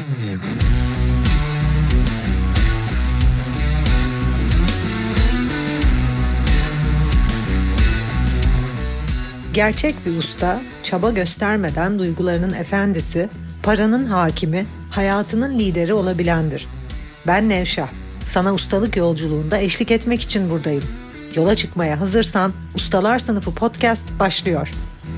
Gerçek bir usta, çaba göstermeden duygularının efendisi, paranın hakimi, hayatının lideri olabilendir. Ben Nevşah, sana ustalık yolculuğunda eşlik etmek için buradayım. Yola çıkmaya hazırsan Ustalar Sınıfı Podcast başlıyor.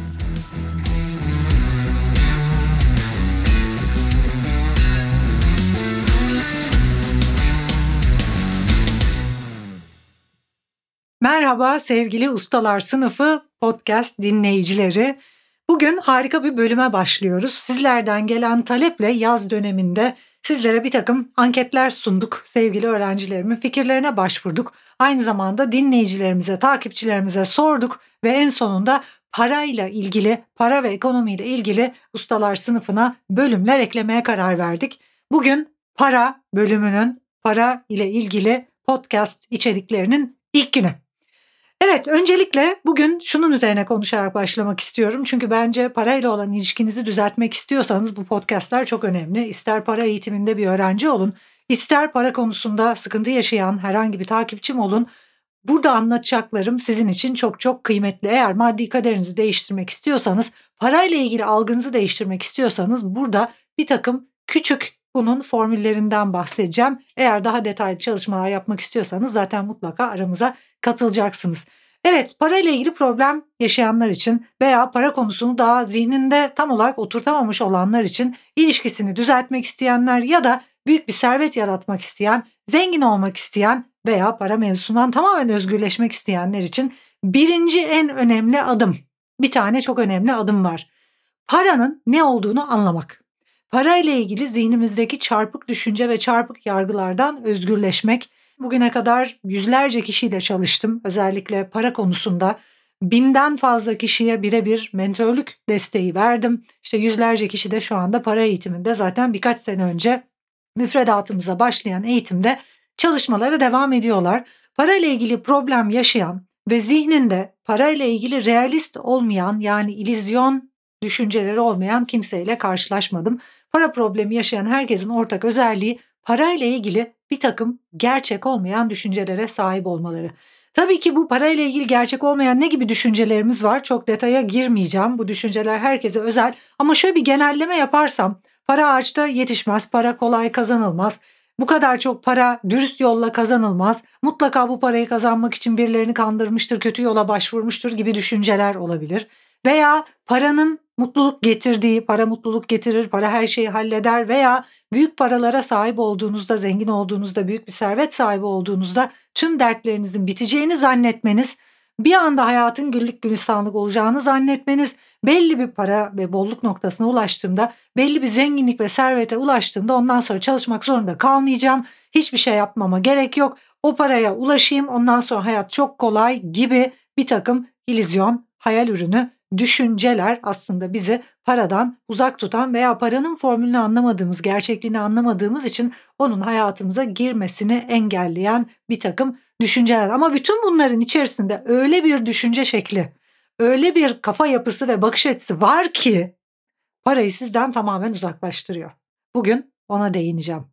Merhaba sevgili Ustalar Sınıfı Podcast dinleyicileri. Bugün harika bir bölüme başlıyoruz. Sizlerden gelen taleple yaz döneminde sizlere bir takım anketler sunduk. Sevgili öğrencilerimin fikirlerine başvurduk. Aynı zamanda dinleyicilerimize, takipçilerimize sorduk ve en sonunda parayla ilgili, para ve ekonomiyle ilgili Ustalar Sınıfına bölümler eklemeye karar verdik. Bugün para bölümünün para ile ilgili podcast içeriklerinin ilk günü. Evet, öncelikle bugün şunun üzerine konuşarak başlamak istiyorum. Çünkü bence parayla olan ilişkinizi düzeltmek istiyorsanız bu podcastlar çok önemli. İster para eğitiminde bir öğrenci olun, ister para konusunda sıkıntı yaşayan herhangi bir takipçim olun. Burada anlatacaklarım sizin için çok çok kıymetli. Eğer maddi kaderinizi değiştirmek istiyorsanız, parayla ilgili algınızı değiştirmek istiyorsanız burada bir takım küçük bunun formüllerinden bahsedeceğim. Eğer daha detaylı çalışmalar yapmak istiyorsanız zaten mutlaka aramıza katılacaksınız. Evet, parayla ilgili problem yaşayanlar için veya para konusunu daha zihninde tam olarak oturtamamış olanlar için, ilişkisini düzeltmek isteyenler ya da büyük bir servet yaratmak isteyen, zengin olmak isteyen veya para mevzusundan tamamen özgürleşmek isteyenler için birinci en önemli adım, bir tane çok önemli adım var. Paranın ne olduğunu anlamak. Parayla ilgili zihnimizdeki çarpık düşünce ve çarpık yargılardan özgürleşmek. Bugüne kadar yüzlerce kişiyle çalıştım. Özellikle para konusunda 1000'den fazla kişiye birebir mentörlük desteği verdim. İşte yüzlerce kişi de şu anda para eğitiminde zaten birkaç sene önce müfredatımıza başlayan eğitimde çalışmalara devam ediyorlar. Parayla ilgili problem yaşayan ve zihninde parayla ilgili realist olmayan, yani illüzyon düşünceleri olmayan kimseyle karşılaşmadım. Para problemi yaşayan herkesin ortak özelliği parayla ilgili bir takım gerçek olmayan düşüncelere sahip olmaları. Tabii ki bu parayla ilgili gerçek olmayan ne gibi düşüncelerimiz var? Çok detaya girmeyeceğim. Bu düşünceler herkese özel. Ama şöyle bir genelleme yaparsam, para ağaçta yetişmez, para kolay kazanılmaz. Bu kadar çok para dürüst yolla kazanılmaz. Mutlaka bu parayı kazanmak için birilerini kandırmıştır, kötü yola başvurmuştur gibi düşünceler olabilir. Veya paranın mutluluk getirdiği, para mutluluk getirir, para her şeyi halleder veya büyük paralara sahip olduğunuzda, zengin olduğunuzda, büyük bir servet sahibi olduğunuzda tüm dertlerinizin biteceğini zannetmeniz, bir anda hayatın güllük gülistanlık olacağını zannetmeniz, belli bir para ve bolluk noktasına ulaştığımda, belli bir zenginlik ve servete ulaştığımda ondan sonra çalışmak zorunda kalmayacağım, hiçbir şey yapmama gerek yok, o paraya ulaşayım, ondan sonra hayat çok kolay gibi bir takım illüzyon, hayal ürünü düşünceler aslında bizi paradan uzak tutan veya paranın formülünü anlamadığımız, gerçekliğini anlamadığımız için onun hayatımıza girmesini engelleyen bir takım düşünceler. Ama bütün bunların içerisinde öyle bir düşünce şekli, öyle bir kafa yapısı ve bakış açısı var ki parayı sizden tamamen uzaklaştırıyor. Bugün ona değineceğim.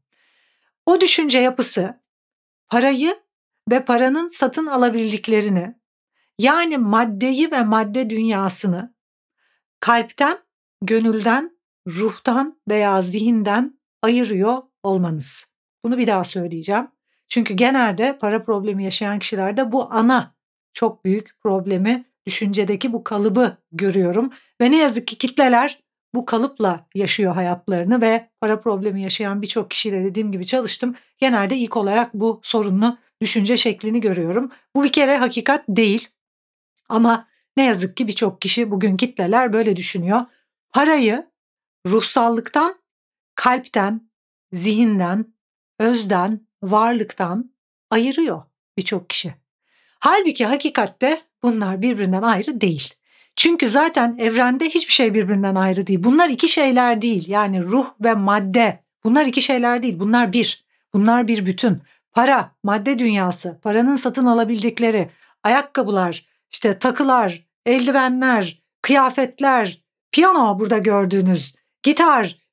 O düşünce yapısı parayı ve paranın satın alabildiklerini, yani maddeyi ve madde dünyasını kalpten, gönülden, ruhtan veya zihinden ayırıyor olmanız. Bunu bir daha söyleyeceğim. Çünkü genelde para problemi yaşayan kişilerde bu ana çok büyük problemi, düşüncedeki bu kalıbı görüyorum. Ve ne yazık ki kitleler bu kalıpla yaşıyor hayatlarını ve para problemi yaşayan birçok kişiyle dediğim gibi çalıştım. Genelde ilk olarak bu sorunlu düşünce şeklini görüyorum. Bu bir kere hakikat değil. Ama ne yazık ki birçok kişi, bugün kitleler böyle düşünüyor. Parayı ruhsallıktan, kalpten, zihinden, özden, varlıktan ayırıyor birçok kişi. Halbuki hakikatte bunlar birbirinden ayrı değil. Çünkü zaten evrende hiçbir şey birbirinden ayrı değil. Bunlar iki şeyler değil. Yani ruh ve madde. Bunlar iki şeyler değil. Bunlar bir. Bunlar bir bütün. Para, madde dünyası, paranın satın alabildikleri, ayakkabılar, işte takılar, eldivenler, kıyafetler, piyano burada gördüğünüz, gitar,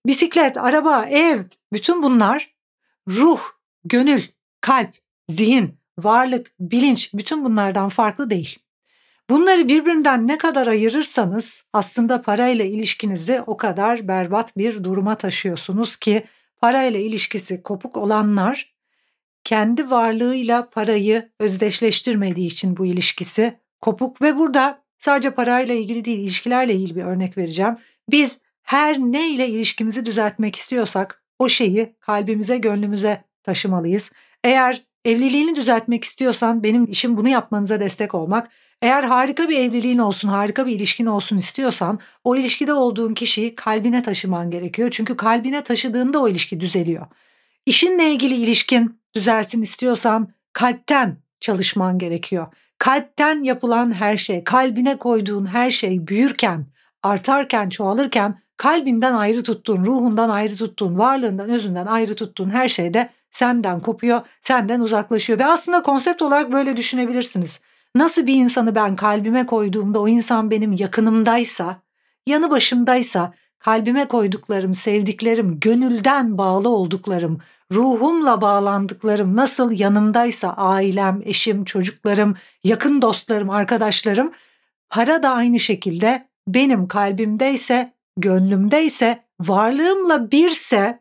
bisiklet, araba, ev, bütün bunlar ruh, gönül, kalp, zihin, varlık, bilinç, bütün bunlardan farklı değil. Bunları birbirinden ne kadar ayırırsanız aslında parayla ilişkinizi o kadar berbat bir duruma taşıyorsunuz ki parayla ilişkisi kopuk olanlar kendi varlığıyla parayı özdeşleştirmediği için bu ilişkisi kopuk ve burada sadece parayla ilgili değil, ilişkilerle ilgili bir örnek vereceğim. Biz her ne ile ilişkimizi düzeltmek istiyorsak o şeyi kalbimize, gönlümüze taşımalıyız. Eğer evliliğini düzeltmek istiyorsan benim işim bunu yapmanıza destek olmak. Eğer harika bir evliliğin olsun, harika bir ilişkin olsun istiyorsan o ilişkide olduğun kişiyi kalbine taşıman gerekiyor. Çünkü kalbine taşıdığında o ilişki düzeliyor. İşinle ilgili ilişkin düzelsin istiyorsan kalpten çalışman gerekiyor. Kalpten yapılan her şey, kalbine koyduğun her şey büyürken, artarken, çoğalırken kalbinden ayrı tuttuğun, ruhundan ayrı tuttuğun, varlığından, özünden ayrı tuttuğun her şey de senden kopuyor, senden uzaklaşıyor. Ve aslında konsept olarak böyle düşünebilirsiniz. Nasıl bir insanı ben kalbime koyduğumda o insan benim yakınımdaysa, yanı başımdaysa, kalbime koyduklarım, sevdiklerim, gönülden bağlı olduklarım, ruhumla bağlandıklarım nasıl yanımdaysa ailem, eşim, çocuklarım, yakın dostlarım, arkadaşlarım, para da aynı şekilde benim kalbimdeyse, gönlümdeyse, varlığımla birse,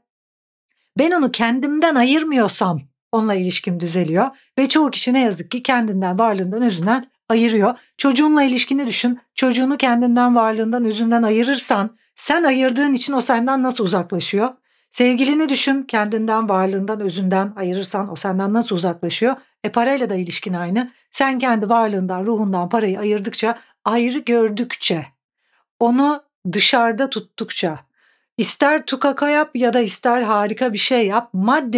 ben onu kendimden ayırmıyorsam onunla ilişkim düzeliyor ve çoğu kişi ne yazık ki kendinden, varlığından, özünden ayırıyor. Çocuğunla ilişkini düşün. Çocuğunu kendinden, varlığından, özünden ayırırsan sen ayırdığın için o senden nasıl uzaklaşıyor? Sevgilini düşün, kendinden, varlığından, özünden ayırırsan o senden nasıl uzaklaşıyor? Parayla da ilişkin aynı. Sen kendi varlığından, ruhundan parayı ayırdıkça, ayrı gördükçe, onu dışarıda tuttukça, ister tukaka yap ya da ister harika bir şey yap,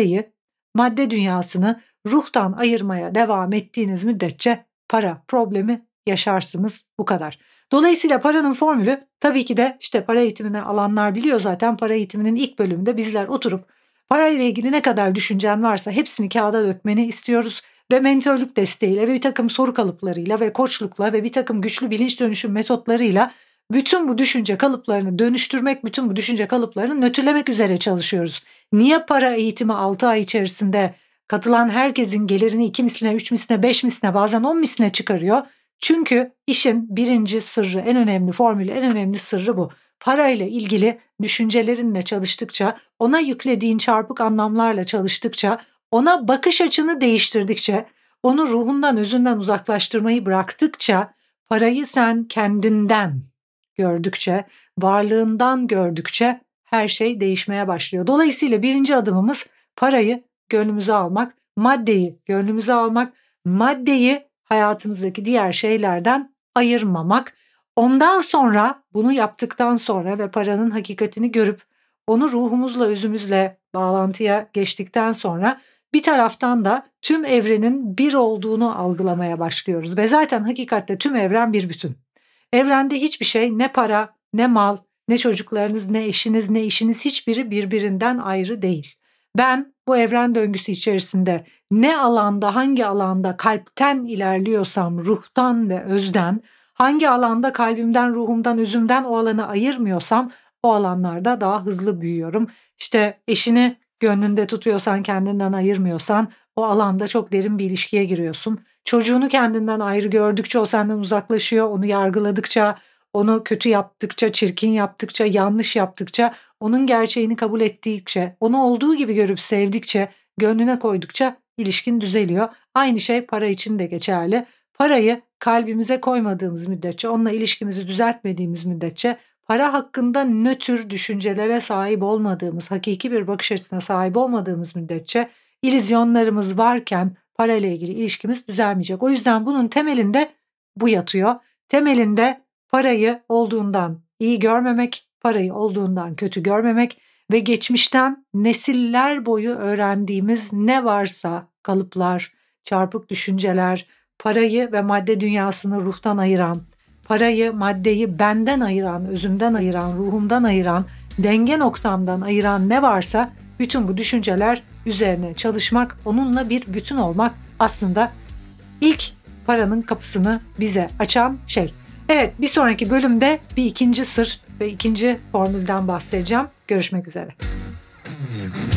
madde dünyasını ruhtan ayırmaya devam ettiğiniz müddetçe para problemi yaşarsınız, bu kadar. Dolayısıyla paranın formülü tabii ki de işte para eğitimini alanlar biliyor zaten. Para eğitiminin ilk bölümünde bizler oturup parayla ilgili ne kadar düşüncen varsa hepsini kağıda dökmeni istiyoruz. Ve mentörlük desteğiyle ve bir takım soru kalıplarıyla ve koçlukla ve bir takım güçlü bilinç dönüşüm metotlarıyla bütün bu düşünce kalıplarını dönüştürmek, bütün bu düşünce kalıplarını nötrlemek üzere çalışıyoruz. Niye para eğitimi 6 ay içerisinde katılan herkesin gelirini 2 misline, 3 misline, 5 misline, bazen 10 misline çıkarıyor? Çünkü işin birinci sırrı, en önemli formülü, en önemli sırrı bu. Parayla ilgili düşüncelerinle çalıştıkça, ona yüklediğin çarpık anlamlarla çalıştıkça, ona bakış açını değiştirdikçe, onu ruhundan, özünden uzaklaştırmayı bıraktıkça, parayı sen kendinden gördükçe, varlığından gördükçe her şey değişmeye başlıyor. Dolayısıyla birinci adımımız parayı gönlümüze almak, maddeyi gönlümüze almak, maddeyi hayatımızdaki diğer şeylerden ayırmamak. Ondan sonra bunu yaptıktan sonra ve paranın hakikatini görüp onu ruhumuzla, özümüzle bağlantıya geçtikten sonra bir taraftan da tüm evrenin bir olduğunu algılamaya başlıyoruz. Ve zaten hakikatte tüm evren bir bütün. Evrende hiçbir şey, ne para, ne mal, ne çocuklarınız, ne eşiniz, ne işiniz, hiçbiri birbirinden ayrı değil. Ben bu evren döngüsü içerisinde ne alanda, hangi alanda kalpten ilerliyorsam, ruhtan ve özden, hangi alanda kalbimden, ruhumdan, özümden o alanı ayırmıyorsam o alanlarda daha hızlı büyüyorum. İşte eşini gönlünde tutuyorsan, kendinden ayırmıyorsan o alanda çok derin bir ilişkiye giriyorsun. Çocuğunu kendinden ayrı gördükçe o senden uzaklaşıyor, onu yargıladıkça, onu kötü yaptıkça, çirkin yaptıkça, yanlış yaptıkça, onun gerçeğini kabul ettikçe, onu olduğu gibi görüp sevdikçe, gönlüne koydukça ilişkin düzeliyor. Aynı şey para için de geçerli. Parayı kalbimize koymadığımız müddetçe, onunla ilişkimizi düzeltmediğimiz müddetçe, para hakkında nötr düşüncelere sahip olmadığımız, hakiki bir bakış açısına sahip olmadığımız müddetçe, illüzyonlarımız varken parayla ilgili ilişkimiz düzelmeyecek. O yüzden bunun temelinde bu yatıyor. Temelinde parayı olduğundan iyi görmemek, parayı olduğundan kötü görmemek ve geçmişten nesiller boyu öğrendiğimiz ne varsa kalıplar, çarpık düşünceler, parayı ve madde dünyasını ruhtan ayıran, parayı, maddeyi benden ayıran, özümden ayıran, ruhumdan ayıran, denge noktamdan ayıran ne varsa bütün bu düşünceler üzerine çalışmak, onunla bir bütün olmak aslında ilk paranın kapısını bize açan şey. Evet, bir sonraki bölümde bir ikinci sır ve ikinci formülden bahsedeceğim. Görüşmek üzere.